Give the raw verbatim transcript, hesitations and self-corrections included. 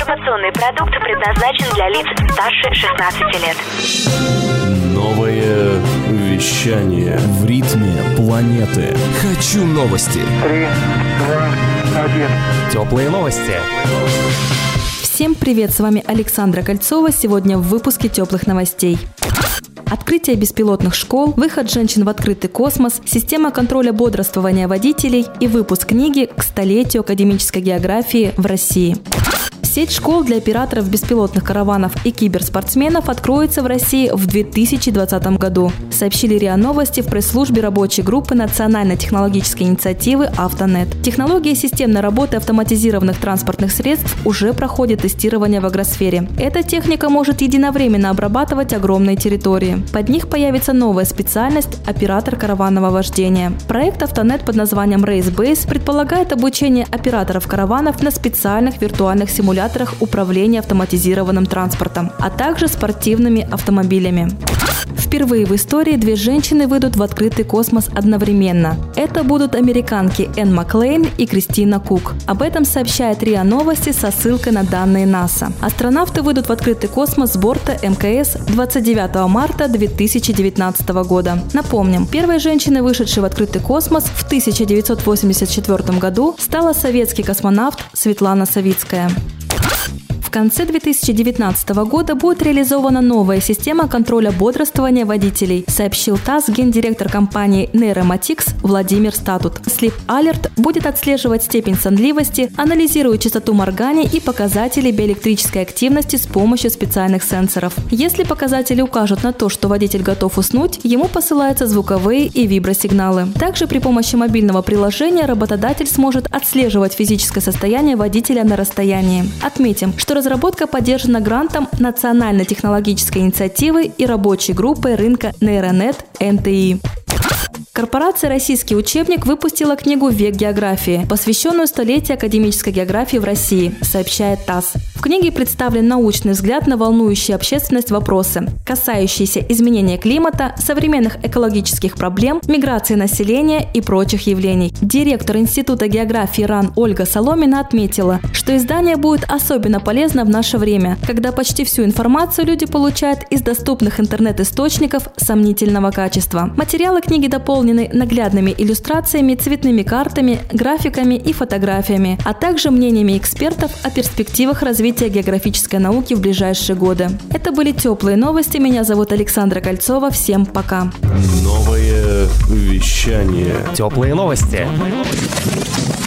Информационный продукт предназначен для лиц старше шестнадцати лет. Новое вещание в ритме планеты. Хочу новости. Три, два, один. Теплые новости. Всем привет, с вами Александра Кольцова. Сегодня в выпуске теплых новостей. Открытие беспилотных школ, выход женщин в открытый космос, система контроля бодрствования водителей и выпуск книги к столетию академической географии в России. Сеть школ для операторов беспилотных караванов и киберспортсменов откроется в России в две тысячи двадцатом году, сообщили РИА Новости в пресс-службе рабочей группы национальной технологической инициативы «Автонет». Технология системной работы автоматизированных транспортных средств уже проходит тестирование в агросфере. Эта техника может единовременно обрабатывать огромные территории. Под них появится новая специальность – оператор караванного вождения. Проект «Автонет» под названием RaceBase предполагает обучение операторов караванов на специальных виртуальных симуляторах управления автоматизированным транспортом, а также спортивными автомобилями. Впервые в истории две женщины выйдут в открытый космос одновременно. Это будут американки Энн Маклейн и Кристина Кук. Об этом сообщает РИА Новости со ссылкой на данные НАСА. Астронавты выйдут в открытый космос с борта эм ка эс двадцать девятого марта две тысячи девятнадцатого года. Напомним, первой женщиной, вышедшей в открытый космос в тысяча девятьсот восемьдесят четвёртом году, стала советский космонавт Светлана Савицкая. В конце две тысячи девятнадцатого года будет реализована новая система контроля бодрствования водителей, сообщил ТАСС гендиректор компании Neuromatix Владимир Статут. Sleep Alert будет отслеживать степень сонливости, анализируя частоту моргания и показатели биоэлектрической активности с помощью специальных сенсоров. Если показатели укажут на то, что водитель готов уснуть, ему посылаются звуковые и вибросигналы. Также при помощи мобильного приложения работодатель сможет отслеживать физическое состояние водителя на расстоянии. Отметим, что разработка поддержана грантом Национальной технологической инициативы и рабочей группой рынка Нейронет эн тэ и. Корпорация «Российский учебник» выпустила книгу «Век географии», посвященную столетию академической географии в России, сообщает ТАСС. В книге представлен научный взгляд на волнующие общественность вопросы, касающиеся изменения климата, современных экологических проблем, миграции населения и прочих явлений. Директор Института географии РАН Ольга Соломина отметила, что издание будет особенно полезно в наше время, когда почти всю информацию люди получают из доступных интернет-источников сомнительного качества. Материалы книги дополнены наглядными иллюстрациями, цветными картами, графиками и фотографиями, а также мнениями экспертов о перспективах развития географической науки в ближайшие годы. Это были теплые новости. Меня зовут Александра Кольцова. Всем пока. Новое вещание. Теплые новости.